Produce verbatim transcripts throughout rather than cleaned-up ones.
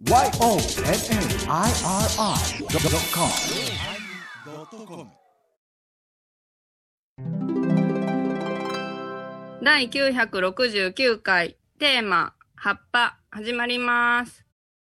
ワイオーエヌエヌアイアールアイドットコムだいきゅうひゃくろくじゅうきゅうかいテーマ葉っぱ始まります。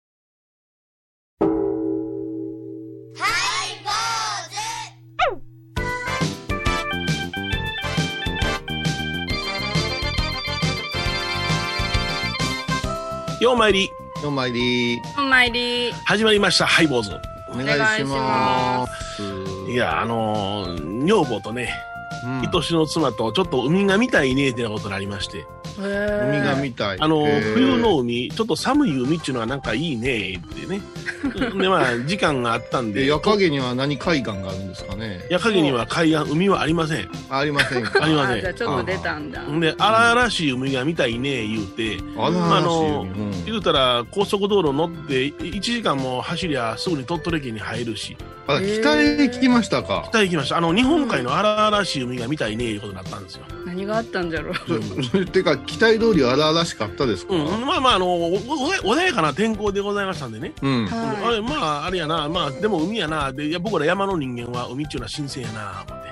ようまいりようまいりお参り始まりました。ハイボーズお願いします。 いやあのー、女房とね、 うん、 愛しの妻とちょっと海が見たいねってなことになりまして、 海が見たい、 あのー、冬の海ちょっと寒い海っていうのはなんかいいねってねでまあ時間があったんで夜影には何海岸があるんですかね。 夜影には海岸海はありません。 ありませんか。 ありません。 じゃあちょっと出たんだ。 で荒々しい海が見たいね言うて、 荒々しい海、 うん、言うたら高速道路乗っていちじかんも走りゃすぐに鳥取県に入るし。 あ、北へ行きましたか。 北へ行きました。あの日本海の荒々しい海が見たいねいうことになったんですよ。 何があったんじゃろう。 それてか期待通り荒々しかったですか。 うん、まあまああの穏やかな天候でございましたんでね。 うん、 あれまああれやな、まあでも海やなで、いや僕ら山の人間は海っていうのは新鮮やな思って、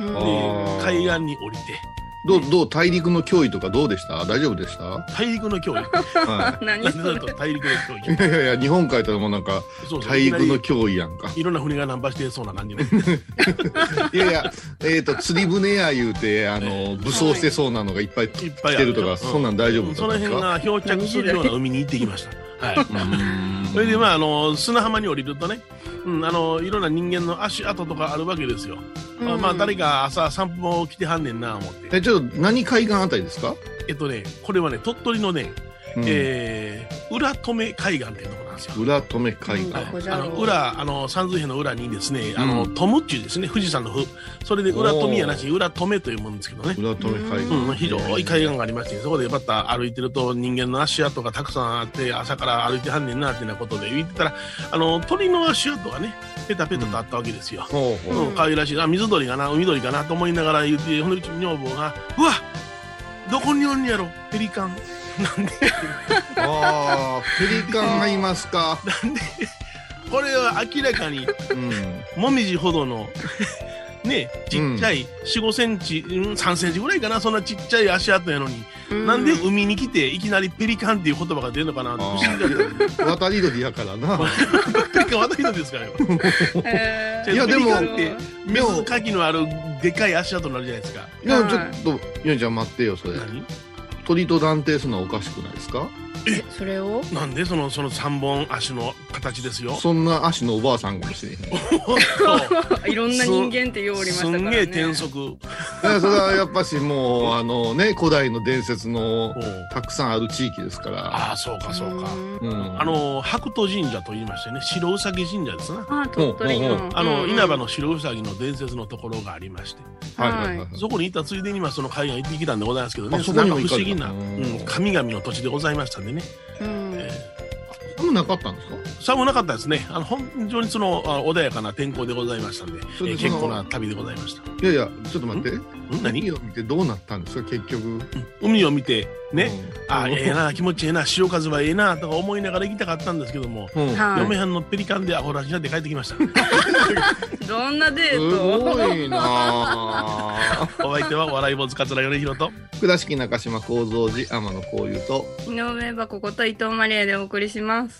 うん、で海岸に降りて。 どう、どう大陸の脅威とかどうでした？大丈夫でした？ 大陸の脅威、はい、 何それ？ 大陸の脅威。 いやいや日本海ともなんか大陸の脅威やんか。 いろんな船がナンパしてそうな感じねいやいや、えーと釣り船や言うてあの武装してそうなのがいっぱい来てるとか、そんなん大丈夫だったんですか？ その辺が漂着するような海に行ってきましたはい。それでまああの砂浜に降りるとね、うん、あのいろんな人間の足跡とかあるわけですよ。うん、まあ、まあ誰か朝散歩来てはんねんな思って。 えちょっと何海岸あたりですか？ えっとねこれはね鳥取のね、うん、えー、浦留海岸っていうところなんですよ。 浦留海岸、 はい、あの裏あの三髄の裏にですね、あの富っていうですね富士山の富、それで浦富やなし浦留というもんですけどね。 浦留海岸、 うん、広い海岸がありまして、そこでまた歩いてると人間の足跡がたくさんあって朝から歩いてはんねんなってなことで言ってたら、あの鳥の足跡がねペタペタとあったわけですよ。うん、うん、可愛らしい、あ水鳥かな海鳥かなと思いながら言って、ほんでうち女房がうわどこにおんねやろペリカンなんであーペリカンがいますかなんでこれは明らかに、うん、もみじほどのねちっちゃい、うん、よん、ごセンチ、うん、さんセンチぐらいかな、そんなちっちゃい足跡やのに、うん、なんで海に来ていきなりペリカンっていう言葉が出るのかなって不思議だけど渡り鳥やからなペリカン渡り鳥ですからよえー、いやでもペリカンって水かきのあるでかい足跡になるじゃないですか。 いやちょっとゆねちゃん待ってよ、それ何鳥と断定するのはおかしくないですか？ えそれをなんでそのその三本足の形ですよ。 そんな足のおばあさんかもしれへんいろんな人間ってようおりましたからね。 すんげえ転足それはやっぱしもうあのね古代の伝説のたくさんある地域ですから。 ああそうかそうか、うん、あの白兎神社と言いましてね、白うさぎ神社ですな。 あ鳥取のあの稲葉の白うさぎの伝説のところがありまして、 はいはいはい、 そこに行ったついでにまあその海岸行ってきたんでございますけどね、なんか不思議な、うん、神々の土地でございましたんでね。うん、えー、寒なかったんですか？ 寒なかったですね。あの本当にその穏やかな天候でございましたんで、えー、結構な旅でございました。 いやいやちょっと待って、 ん何海を見てどうなったんですか結局、うん、 海を見てね、うん、あええな気持ちええな潮風はええなとか思いながら行きたかったんですけども、うん、嫁はんのペリカンでアホらしになって帰ってきましたどんなデート？ すごいなお相手は笑い坊主桂米宏と倉敷中島幸三寺天野幸雄と井上箱こと伊藤マリエでお送りします。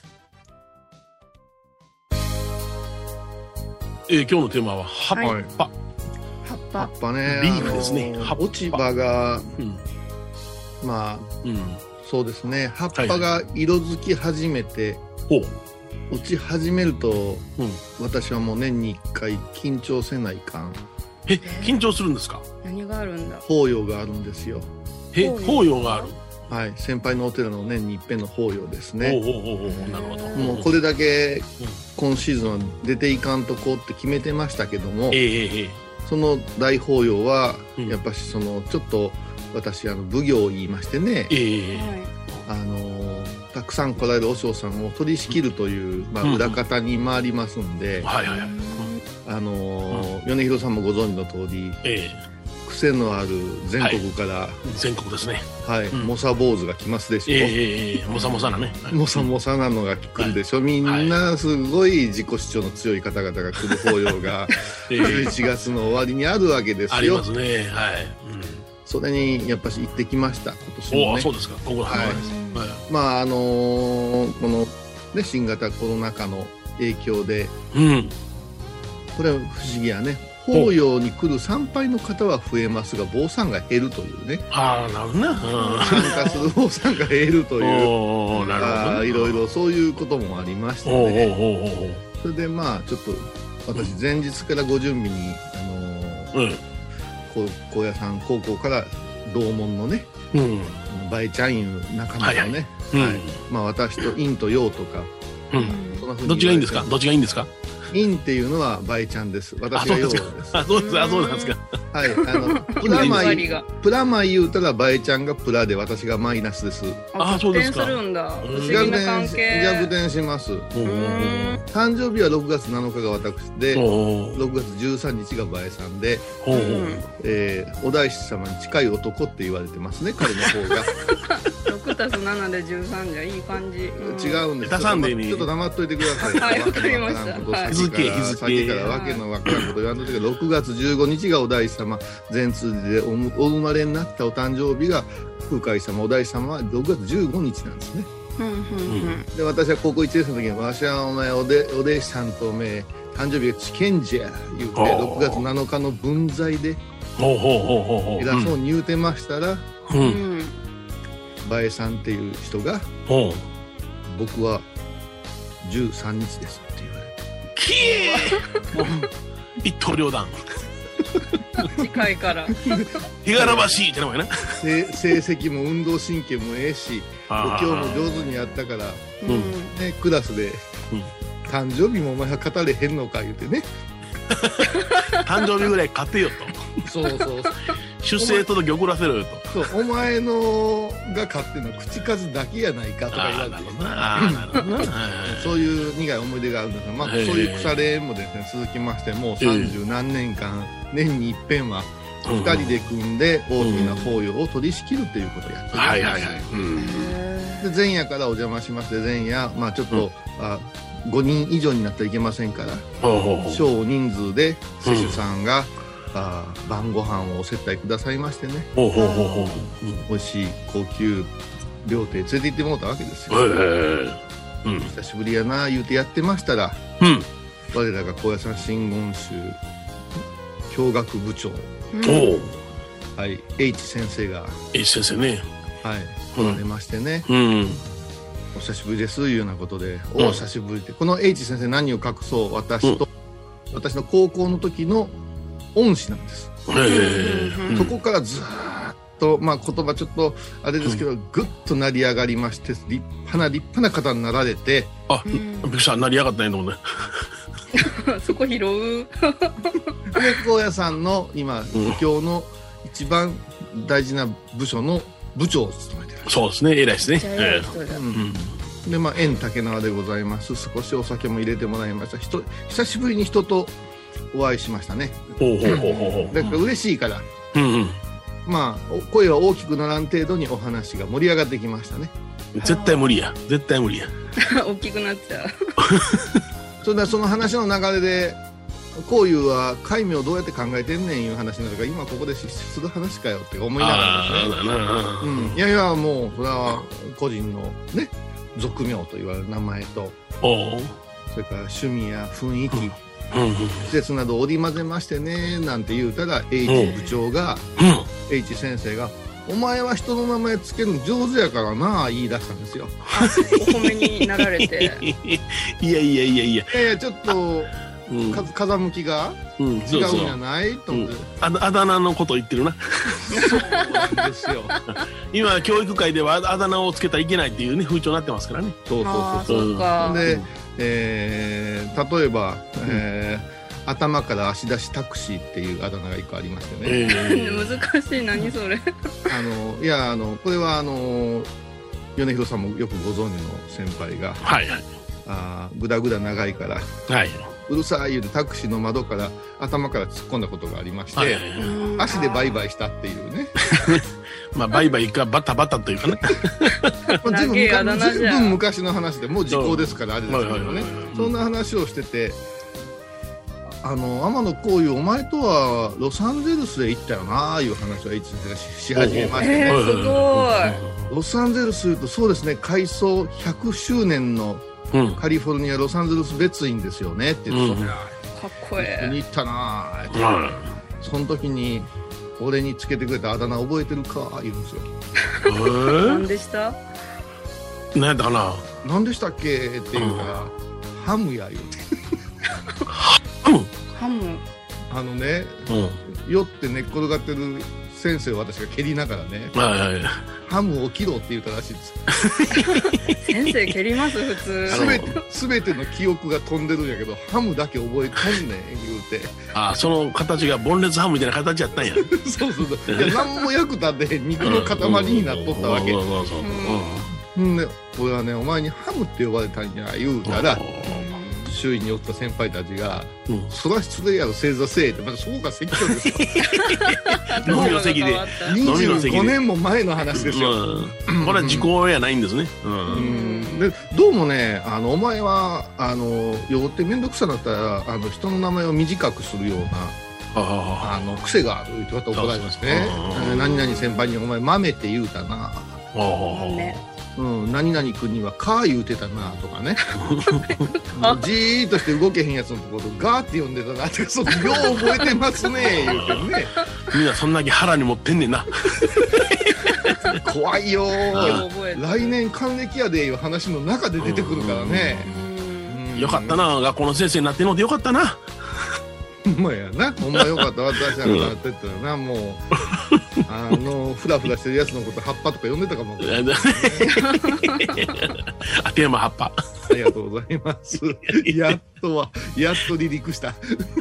えー、今日のテーマは葉っぱ、はい、 葉っぱ葉っぱね、 リーフですね。 落ち葉が、うん、まあ、うん、そうですね、葉っぱが色づき始めて、はいはい、落ち始めると、うん、私はもう年にいっかい緊張せないかん。 え緊張するんですか？ 何があるんだ？ 法要があるんですよ。 え法要がある？ はい、先輩のお寺の年に一遍の法要ですね。 おうおうおうおう、なるほど。 もうこれだけ今シーズンは出ていかんとこうって決めてましたけども、 えーえー、 その大法要はやっぱしそのちょっと私あの奉行を言いましてね、えー、あのたくさん来られる和尚さんを取り仕切るという、まあ、裏方に回りますんで、あの米広さんもご存知の通り、えー癖のある全国から、はい、 全国ですね、 はい、うん、モサ坊主が来ますでしょう。 えー、えー、モサモサなね、 モサモサなのが来るでしょ、はい、みんなすごい自己主張の強い方々が来る法要がじゅういちがつの終わりにあるわけですよ。 ありますね、はい、うん、 それにやっぱし行ってきました、今年もね。 お、そうですか、ここ、はい、 はい、まああのー、この、ね、新型コロナ禍の影響で、うん、これは不思議やね、法要に来る参拝の方は増えますが坊さんが減るというね。 ああ、なるほどね、うん、 参加する坊さんが減るという、なるほど、ね、いろいろそういうこともありましてね。それでまあちょっと私前日からご準備に、あのーうん、高野山高校から同門のね、うん、バイちゃんいう仲間がね、はいはい、うん、まあ、私と陰と陽とか、 うん、そんなふうにどっちがいいんですか、どっちがいいんですか。 陰っていうのはバイちゃんです。私が陽です。 あ、そうです。あ、そうなんですか。 はい、あのプラマイプラマイ言うたらバイちゃんがプラで私がマイナスです。 あ、そうですか。逆転するんだ。不思議な関係。 逆転します。誕生日はろくがつなのかが私で、ろくがつじゅうさんにちがバイさんで、えー、お大師様に近い男って言われてますね、彼の方が。 ろくたすななでじゅうさんじゃいい感じ。 違うんです。ちょっと黙っといてください。 はい、わかりました。 日付日付さっきからわけのわからんこと言わんといてけど、ろくがつじゅうごにちがお大師様、善通寺で お, お生まれになったお誕生日が空海様、お大師様はろくがつじゅうごにちなんですね。うんうんうん、で私は高校いちねん生の時にわしはお前おでお弟子さんとおめえ誕生日が近んじゃ言うてろくがつなのかの分際で偉そうに言うてましたら、うんうん、バエさんっていう人が僕はじゅうさんにちですって言われて、 きえ一刀両断近いから日がらましいってのもやな。 成績も運動神経もええし今日も上手にやったから、うんね、クラスで、うん、誕生日もお前は語れへんのか言うてね誕生日ぐらい勝てよとそうそう出生届送らせろよとそうお前のが勝ってんの口数だけやないかとか言われてそういう苦い思い出があるんですが、まあ、そういう腐れ縁もですね続きましてもう三十何年間年に一遍はふたりで組んで大きな法要を取り仕切るということをやってるんです。はいはいはい、で前夜からお邪魔しまして前夜、まあ、ちょっと、うん、あごにん以上になったらいけませんから少人数で施主さんが、うん、あ晩ご飯をお接待くださいましてね、ほうほうほうほう、美味しい高級料亭連れて行ってもらったわけですよ、えーうん、久しぶりやな言うてやってましたら、うん、我らが高野山真言宗教学部長、うんはい、H 先生が H 先生ね、 はい、来られましてね、うんうん、お久しぶりですいうようなことで、うん、お久しぶりでこの H 先生何を隠そう私と、うん、私の高校の時の恩師なんです。そこからずっと、まあ、言葉ちょっとあれですけど、うん、ぐっと成り上がりまして立派な立派な方になられて、 あ、びっくりした、成り上がったんやと思うねそこ拾うで高野山の今布教の一番大事な部署の部長を務めていらっしゃる。 そうですね、偉いですね、えーうん、でまあ縁竹縄でございます。少しお酒も入れてもらいました。人久しぶりに人とお会いしましたね。ほうほうほうほうだから嬉しいから、うんうん、まあ声は大きくならん程度にお話が盛り上がってきましたね。 絶対無理や絶対無理や大きくなっちゃうそれではその話の流れでこういうは戒名をどうやって考えてんねんいう話になるから今ここで失する話かよって思いながらですね、うん、いやいやもうそれは個人のね俗名と言われる名前とそれから趣味や雰囲気、うん季節など織り交ぜましてねなんて言うたら H 部長が、うん、H 先生がお前は人の名前つけるの上手やからな言い出したんですよ。 お褒めになられていやいやいやいやいやいやちょっと、うん、風向きが違うんじゃない、うん、と思って、うん、 あ, あだ名のこと言ってるなそうなんですよ今教育界ではあだ名をつけたらいけないっていうね風潮になってますからね。 そうそうそうそうかで、うんえー、例えば、えー、頭から足出しタクシーっていうあだ名が一個ありましてね、 えー、難しい何それあのいやあのこれはあの米広さんもよくご存知の先輩が、はいはい、あグダグダ長いから、はい、 うるさい言うてタクシーの窓から頭から突っ込んだことがありまして、はいはいはい、足でバイバイしたっていうねまあバイバイかバタバタというかね全部昔ずいぶん昔の話でもう時効ですからあれですけどね、そんな話をしてて、あの天野幸雄お前とはロサンゼルスへ行ったよなあいう話はいつか し, し始めましてね、 えー、すごい。 ロサンゼルスとそうですね、改装ひゃくしゅうねんのカリフォルニアロサンゼルス別院ですよねって言って、うん、かっこいい。 に行ったなあって、うん、その時に俺につけてくれたあだ名覚えてるか言うんですよ。 えー、何でした？ 何やったかな。 何でしたっけっていうから、うん、ハムや言うてハムハムあのね、うん、酔って寝っ転がってる先生を私が蹴りながらね、 はいはい、 ハムを切ろうって言ったらしいです先生蹴ります普通。 すべて全ての記憶が飛んでるんやけどハムだけ覚えとんねん言うて、 ああその形がボンレスハムみたいな形やったんやそうそうそう、いや何も役立って肉の塊になっとったわけ。うんで俺はねお前にハムって呼ばれたんや言うたら、周囲におった先輩たちが、うん、そら失礼やろ正座せえってまたそこが説教ですよ飲みの席でにじゅうごねんも前の話ですよ、 うん、これは時効やないんですね、うんうん、でどうもねあのお前はあの酔って面倒くさなったらあの人の名前を短くするようなあの癖があるってこと怒られますね。何々先輩にお前豆って言うたな、うん、何々君にはカー言うてたなとかねじーっとして動けへんやつのところガーって呼んでたなってそうよう覚えてますね言うてねみんなそんだけ腹に持ってんねんな怖いよ来年還暦やでいう話の中で出てくるからね。 よかったな学校の先生になってんのでよかったなほんまやな、ほんまよかった私なんかなってったらな、もうあのフラフラしてるやつのこと葉っぱとか呼んでたかもわからない、ね、 あテーマ葉っぱありがとうございますやっとはやっと離陸した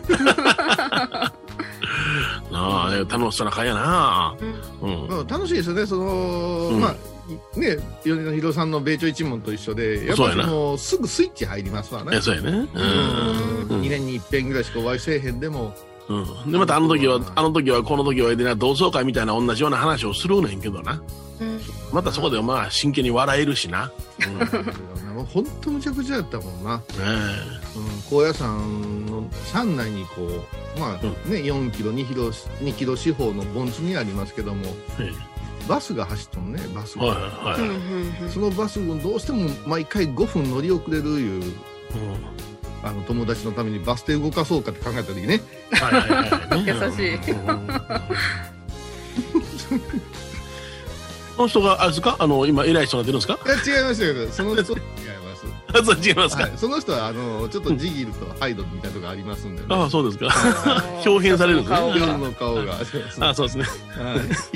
ああ楽しそうな会やな、 うんうん、楽しいですよねその、うん、まあね、米野博さんの米朝一門と一緒でやっぱりもうすぐスイッチ入りますわね。 そうやね、うん、 にねんに一遍ぐらいしかお会いせえへんでも、 うん、でまたあの時はあの時はこの時はでな同窓会みたいな同じような話をするねんけどな、うん、またそこでまあ真剣に笑えるしな、 うん、ほんとむちゃくちゃやったもんな、ねうん、高野山の山内にこうまあね、うん、よんキロにキロにキロ四方の盆地にありますけども、はいバスが走っとんねバスが、はいはい、そのバスもどうしても毎回ごふん乗り遅れるいう、うん、あの友達のためにバス停動かそうかって考えた時ね、はいはいはい、 優しいその人があれですかあの今偉い人が出るんですか。 いや違いましたけどその人違いますそう違いますか、 はい、その人はあのちょっとジギルとハイドみたいなとこありますんで、ね、 ああそうですか表変されるんですね夜の顔がああそうですね、 はい、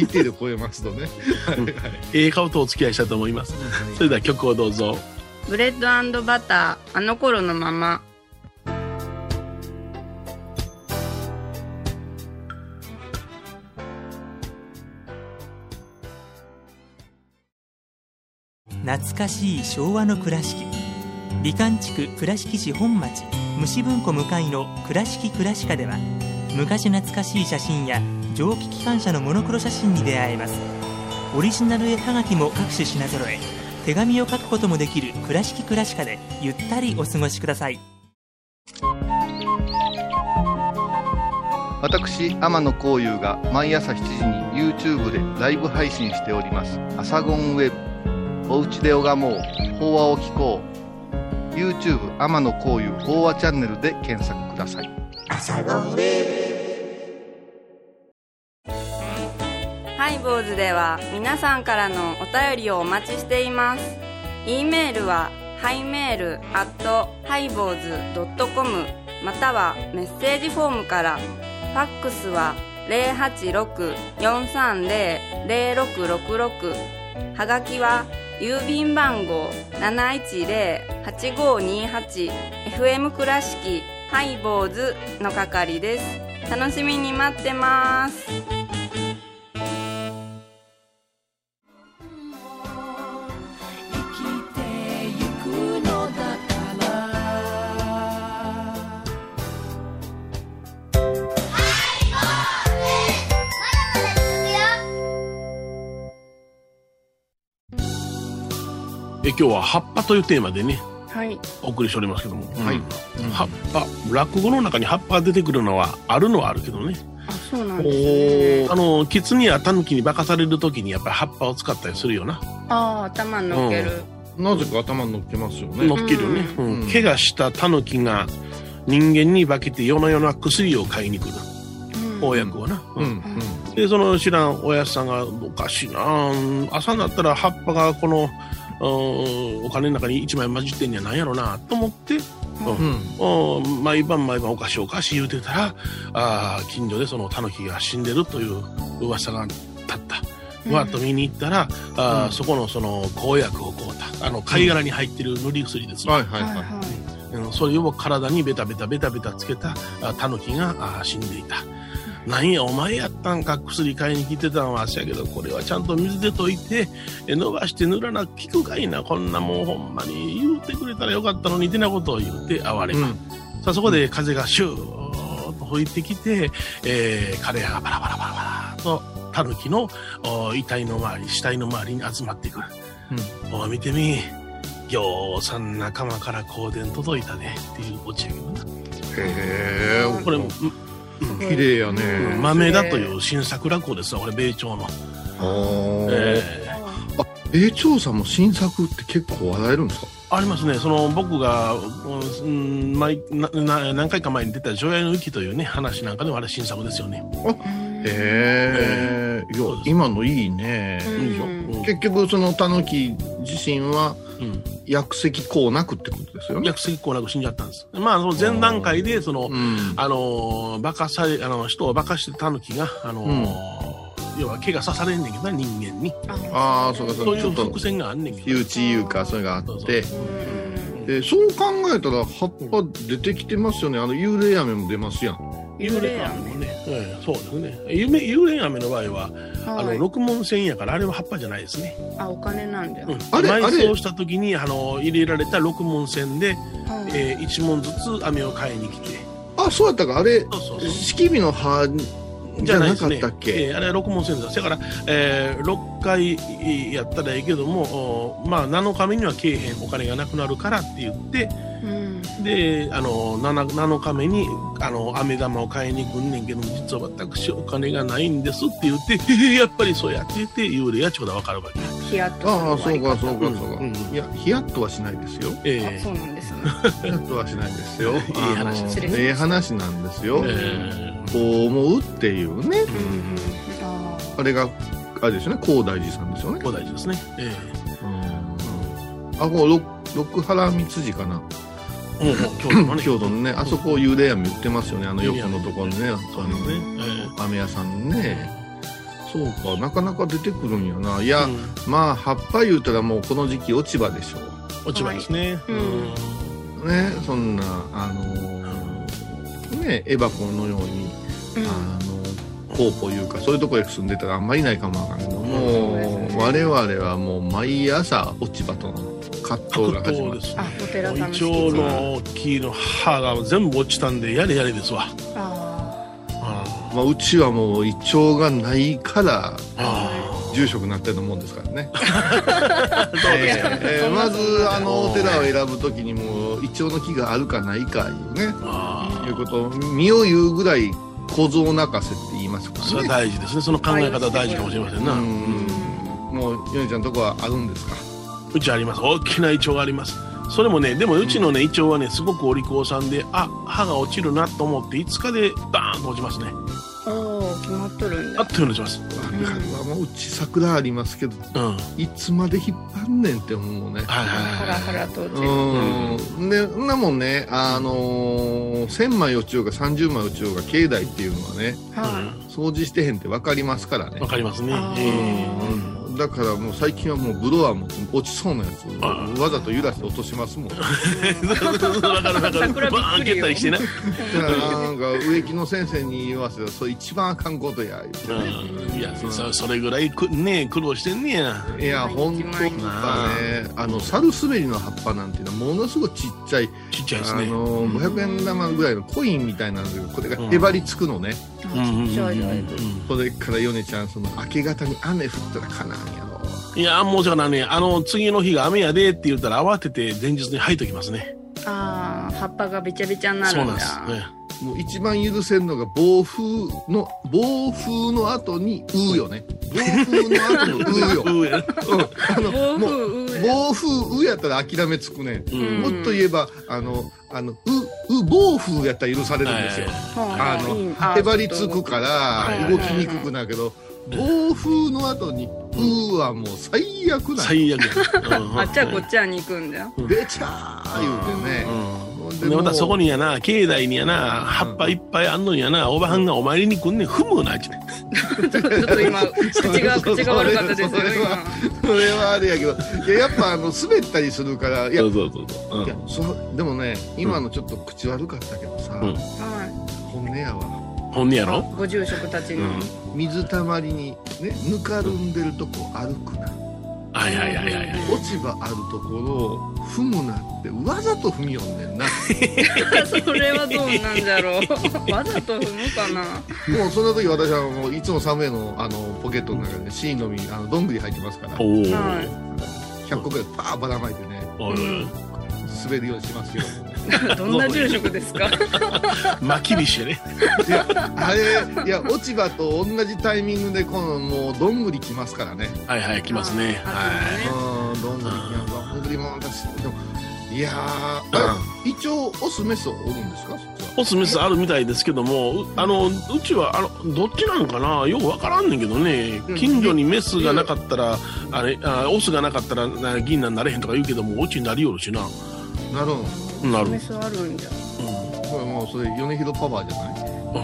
一定で超えますとねええ顔とお付き合いしたと思います、はい、それでは曲をどうぞ。 ブレッド&バターあの頃のまま。 懐かしい昭和の倉敷美観地区倉敷市本町虫文庫向かいの倉敷倉歯科では昔懐かしい写真や蒸気機関車のモノクロ写真に出会えます。オリジナル絵はがきも各種品揃え手紙を書くこともできる倉敷倉歯科でゆったりお過ごしください。 私天野幸雄が毎朝しちじに YouTube でライブ配信しておりますアサゴンウェブおうちで拝もう法話を聞こう YouTube 天野幸雄法話チャンネルで検索ください。 ハイボーズでは皆さんからのお便りをお待ちしています。 E メールはハイメールアットハイボーズドットコムまたはメッセージフォームから。ファックスは ゼロはちろく よんさんゼロ ゼロろくろくろくはがきは郵便番号 なないちゼロ はちごにはち エフエム 倉敷ハイボーズの係です。楽しみに待ってます。 今日は葉っぱというテーマでね、 はい、 お送りしておりますけども、 はい、 うん、葉っぱ、落語の中に葉っぱが出てくるのはあるのはあるけどね。 あ、そうなんですね。 あの狐やタヌキに化かされる時にやっぱり葉っぱを使ったりするよな。 ああ、頭に乗っける、 うん、なぜか頭に乗っけますよね。 乗っけるよね、うんうん、怪我したタヌキが人間に化けて夜な夜な薬を買いに来る、公約はな、うんうんうん、でその知らんおやつさんがおかしいな、朝になったら葉っぱがこのお金の中に一枚混じってんやなんやろなと思って、うんうん、毎晩毎晩おかしいおかしい言うてたら、あ近所でそのタヌキが死んでるという噂が立った。わっと見に行ったら、あ、うん、そこのその公約を買うたあの貝殻に入ってる塗り薬ですよ、うん、はいはいはい、うん、それを体にベタベタベタベタつけたタヌキが死んでいた。なんやお前やったんか、薬買いに来てたのは足やけど、これはちゃんと水で溶いて伸ばして塗らな効くかいな、こんなもんほんまに言うてくれたらよかったのにってなことを言うて哀れば、うん、さあそこで風がシューッと吹いてきて、えー、彼らがバラバラバラバラとタヌキの遺体の周り、死体の周りに集まってくる、うん、お見てみ、ようさん仲間から香典届いたねっていうオチやけどな。 へー、 これも綺麗やね、 うん、豆だという新作落語ですわ、これ米朝の。 えー、あ、米朝さんも新作って結構笑えるんですか？ ありますね。その僕が、うん、前なな何回か前に出た除夜の雪というね話なんかでもあれ新作ですよね。 あ、へえー、いや今のいいね、いいでしょ、うん、結局そのタヌキ自身は、うん、薬石こうなくってことですよね。 薬石こうなく死んじゃったんです。まあその前段階でその、うん、あの化かされあの人を化かしてタヌキがあの、うん、要は毛が刺されんねんけどな、人間に。 ああ、そうかそうか。 そういう伏線があんねんけど。 火打ちいうかそれがあって。そうそう、えー、そう考えたら葉っぱ出てきてますよね。あの幽霊飴も出ますやん。 幽霊飴もね、うん、そうですね。幽霊飴の場合は、はい、あの六文銭やからあれは葉っぱじゃないですね。 あ、お金なんだよ。 うん、あれ埋葬した時にあの入れられた六文銭で、はい、えー、一文ずつ飴を買いに来て。 あ、そうやったか。あれ、式火の葉じゃなかったっけ？ えー、あれは六文銭です。だから、えー、ろっかいやったらいいけども、まあなのかめにはけえへん、お金がなくなるからって言って、うん、で、あのなのかめにあの飴玉を買いに来んねんけども、実は私お金がないんですって言って、やっぱりそうやって言って幽霊やっちゅうことが分かるわけ。 ヒヤッと。 ああ、そうかそうかそうか、うん、いやヒヤッとはしないですよ。 えー、あ、そうなんですね。 ヒヤッとはしないですよ。いい話ですね。 ええ話なんですよ。えーこう思うっていうね、うん、あ, あれがあれですよね、高大寺さんですよね。 高大寺ですね、えーうんうん、あ、こう六原三筋かな、 うん、京都のね京都のね、あそこ幽霊飴売ってますよね、あの横のところにね、 そうですね、 えー、飴屋さんね。そうか、なかなか出てくるんやな。いや、うん、まあ葉っぱ言うたらもうこの時期落ち葉でしょう。 落ち葉ですね、はい、 うん、ね、そんなあのー、ね、エバコのように、うん、あのコーポいうかそういうところへ住んでたらあんまりいないかもわかんないけど、もう、ね、我々はもう毎朝落ち葉との葛藤が始まる。 あ、お寺さんのイチョウの木の葉が全部落ちたんでやれやれですわ。 ああ、まあ、うちはもうイチョウがないから住職になってると思うんですからね。えー、まずあのお寺を選ぶときにもイチョウの木があるかないかいうね、いうことを身を言うぐらい小僧泣かせって言いますからね。 それは大事ですね。その考え方大事かもしれませんな。うん、 もうヨネちゃんのとこはあるんですか？ うちあります。大きなイチョウがあります。それもね、でもうちのね、イチョウはね、すごくお利口さんで、あ、葉が落ちるなと思っていつかでバーンと落ちますね。 おー、決まっとるんだ。 あっという間に落ちます。 うん、もううち桜ありますけど、うん、いつまで引っ張んねんって思うね。 はいはいはい。ハラハラと落ちる。 うん。で、そんなもんね、あのー、せんまい落ちようがさんじゅうまい落ちようが境内っていうのはね、はい、掃除してへんって分かりますからね。 分かりますね。えーだからもう最近はもうブロワーも落ちそうなやつわざと揺らして落としますもん。 分かる分かる。バーン開けたりしてな。だからなんか植木の先生に言わせたらそれ一番あかんことや言うて、ね、 いや、うん、そ, それぐらいくね苦労してんねや。 いや本当だね。あのサルスベリの葉っぱなんていうのはものすごいちっちゃいちっちゃいですね。 あのごひゃくえん玉ぐらいのコインみたいなんだけど、これがへばりつくのね。うん、 ちっちゃい。 それからヨネちゃんその明け方に雨降ったらかなんやろ。 いやもうだからね、あの次の日が雨やでって言ったら慌てて前日に吐いときますね。 ああ、葉っぱがべちゃべちゃになるんだ。 そうなんです、ね、 もう一番許せるのが暴風の暴風の後にうよね。暴風の後のうよ。うん、あの暴風暴風うやったら諦めつくね、うん、もっと言えばあのあのうう暴風やったら許されるんですよ。あのへばりつくから動きにくくなるけど、暴風の後にうはもう最悪な最悪あっちゃこっちゃに行くんだよ。 べちゃー言うてね、 うん、でまたそこにやな、境内にやな、葉っぱいっぱいあんのにやな、おばはんがお参りに来んねん、踏むなっちゃうちょっと今口が口が悪かったですよそれはそれはあれやけど、いややっぱあの滑ったりするから、いやそうそうそうそう、うん、いやそでもね、今のちょっと口悪かったけどさ、うん、本音やわ。 本音やろ、 ご住職たちの、 うん、水たまりにね、ぬかるんでるとこ歩くな、 はいはいはいはい、 落ち葉あるところを踏むなってわざと踏みよんねんなそれはどうなんだろうわざと踏むかな。 もうその時私はもういつもサムエのあのポケットの中でシーンのみあのどんぐり入ってますから、おひゃっこぐらいパーばらまいてね、うん、滑るようにしますけどどんな住職ですかまきびしね。 いやあれ、いや落ち葉と同じタイミングでこのもうどんぐり来ますからね。 はいはい、来ますね。 はい。どんぐり、どんぐりも私でもいやー、一応オスメスおるんですか？ オスメスあるみたいですけども、あのうちはあのどっちなのかな、よくわからんねんけどね。近所にメスがなかったらあれ、あオスがなかったら銀杏なれへんとか言うけども、オチになりよるしな。 なるほど。 なる。 メスあるんじゃ。 うん。これもうそれ米広パワーじゃない？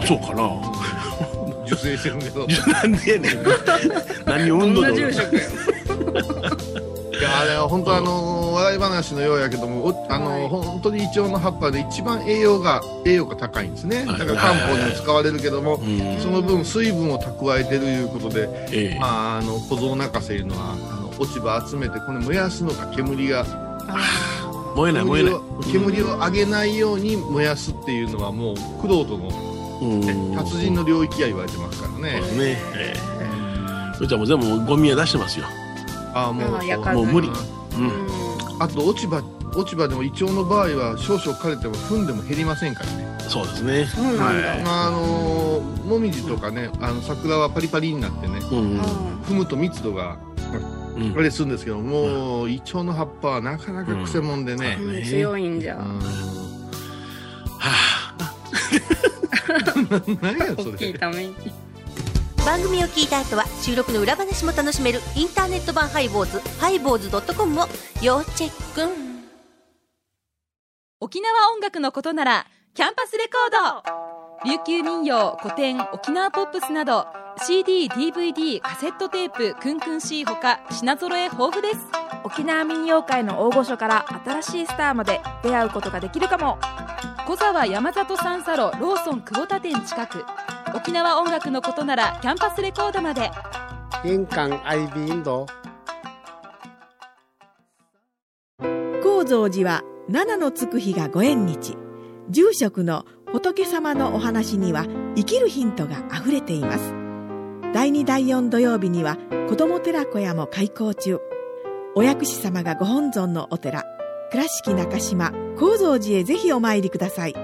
あ、そうかな。 うん、受精してるけど。 なんでやねん。何を産んどんの。 どんな住職や。 いやあれは本当あの笑い話のようやけども、あの、はい、本当にイチョウの葉っぱで一番栄養が栄養が高いんですね。だから漢方にも使われるけども、その分水分を蓄えてるいうことで、えー、まああの小僧泣かせいうのはあの落ち葉集めてこれ燃やすのが煙が。 燃えない燃えない煙を上げないように燃やすっていうのはもう玄人の、ね、達人の領域や言われてますからね。 そうね、えー、うちはもう全部ゴミは出してますよ。 ああもうもう無理、うん、 あと落ち葉落ち葉でもイチョウの場合は少々枯れても踏んでも減りませんからね。 そうですね。 そうなんだ、はい、 まああのもみじとかね、あの桜はパリパリになってね、うんうん、踏むと密度があれするんですけど、もうイチョウの葉っぱはなかなかくせもんでね、 うん、強いんじゃん。はあ何やそれ。 大きいため息。 番組を聞いた後は収録の裏話も楽しめるインターネット版ハイボーズハイボーズドットコムを要チェック。 沖縄音楽のことならキャンパスレコード、琉球民謡、古典、沖縄ポップスなど シーディー、ディーブイディー、カセットテープ、クンクン C ほか品揃え豊富です。 沖縄民謡界の大御所から新しいスターまで出会うことができるかも。 小沢山里三佐路ローソン久保田店近く。沖縄音楽のことならキャンパスレコードまで。 玄関アイビーインド。 高蔵寺は七のつく日がご縁日。住職の仏様のお話には生きるヒントがあふれています。だいにだいよん土曜日には子ども寺小屋も開校中。お薬師様がご本尊のお寺、倉敷中島・高蔵寺へぜひお参りください。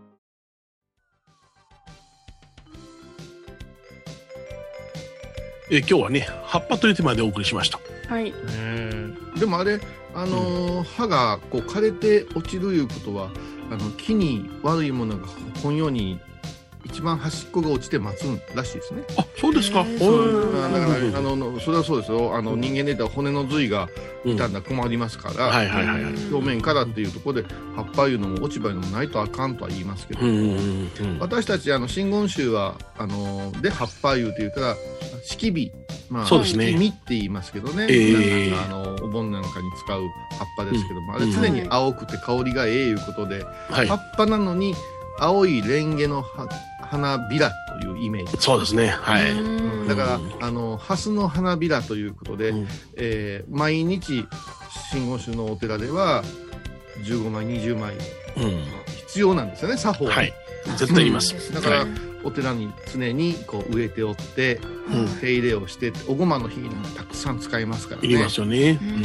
え今日はね、葉っぱというテーマでお送りしました。 はい。 でもあれ、あのーうん、葉がこう枯れて落ちるいうことは、あの木に悪いものがこのように一番端っこが落ちて待つらしいですね。 あ、そうですか。 そうだから、あのそれはそうですよ。あの人間で言ったら骨の髄が傷んだら困りますから、表面からっていうところで葉っぱいうのも落ち葉いうのもないとあかんとは言いますけども、うんうんうん、私たちあの真言宗はあので葉っぱいうと言ったら敷火、まあ、 そうですね、 敷火って言いますけどね、えー、なんかあのお盆なんかに使う葉っぱですけども、うん、あれ常に青くて香りがええいうことで、はい、葉っぱなのに青いレンゲの花びらというイメージ。 そうですね。はい。 うん、だからあの蓮の花びらということで、うん、えー、毎日真言宗のお寺ではじゅうごまいにじゅうまい必要なんですよね、作法。 はい。絶対言います。 だから、はい、 お寺に常にこう植えておって、うん、手入れをしておごまの日にもたくさん使いますからね。 いりますよね、 うんうん、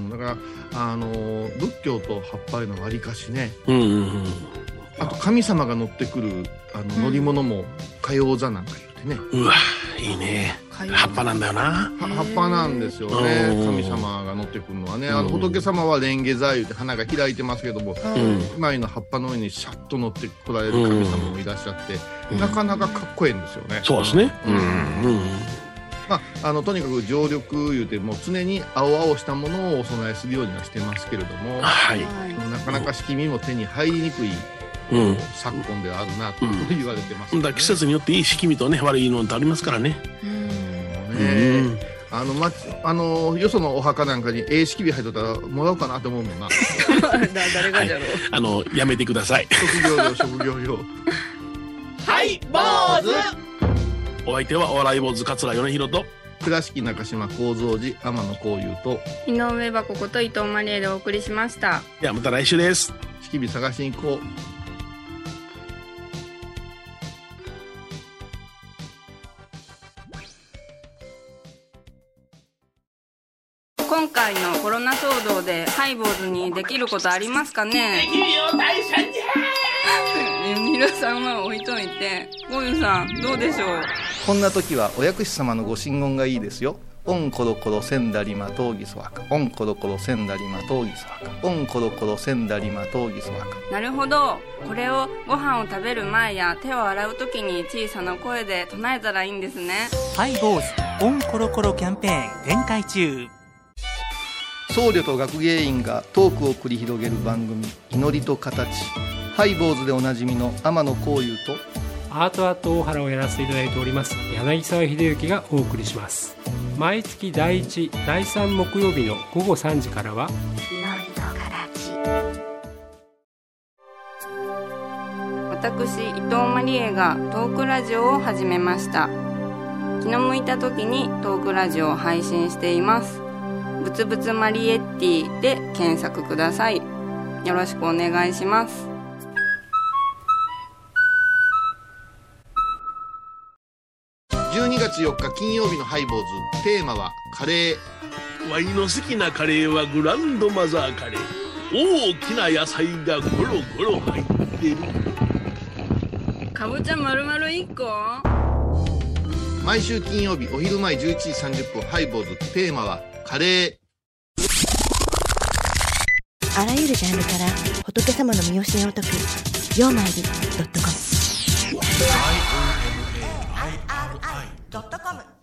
だからあの仏教と葉っぱいうのはわりかしね、 うんうんうん、 あと神様が乗ってくるあの乗り物も火曜座なんか言ってね、 うわいいね、葉っぱなんだよな。 葉っぱなんですよね。神様が乗ってくるのはね、あの仏様は蓮華座いうて花が開いてますけども、前の葉っぱの上にシャッと乗ってこられる神様もいらっしゃって、うん、なかなかかっこいいんですよね。 そうですね、うんうんまあ、あのとにかく常緑いうてもう常に青々したものをお供えするようにはしてますけれども、 はい、 なかなか色味も手に入りにくいうん、昨今ではあるなと言われてます、ね、 うん、だ季節によっていい色味とね悪いのってありますからね。 うんね、うん、あの、ま、あのよそのお墓なんかにええ色味入っとったらもらおうかなと思うもんな誰がじゃろう、はい、 あのやめてください。 職業用職業用はい坊主。 お相手はお笑い坊主桂米宏と倉敷中島幸三寺天野幸雄と井上箱こと伊藤マリエでお送りしました。 ではまた来週です。 色味探しに行こう。 今回のコロナ騒動でハイボーズにできることありますかね。 できるよ大社に皆さんは置いといて、ゴユさんどうでしょう。 こんな時はお薬師様のご神言がいいですよ。オンコロコロセンダリマトウギソワカ、オンコロコロセンダリマトウギソワカ、オンコロコロセンダリマトウギソワカ。 なるほど、これをご飯を食べる前や手を洗う時に小さな声で唱えたらいいんですね。 ハイボーズオンコロコロキャンペーン展開中。 僧侶と学芸員がトークを繰り広げる番組、祈りと形。ハイボーズでおなじみの天野幸雄とアートアート大原をやらせていただいております柳沢秀幸がお送りします。毎月だいいち、だいさん木曜日の午後さんじからは私伊藤マリエがトークラジオを始めました。気の向いた時にトークラジオを配信しています。ぶつぶつマリエッティで検索ください。よろしくお願いします。 じゅうにがつよっか金曜日のハイボーズ、テーマはカレー。 ワイの好きなカレーはグランドマザーカレー。大きな野菜がゴロゴロ入ってる。 かぼちゃ丸々いっこ。 毎週金曜日お昼前じゅういちじさんじゅっぷん、ハイボーズ、テーマはカレー。 あらゆるジャンルから仏様の身教えを解くようまいり .com ドットコム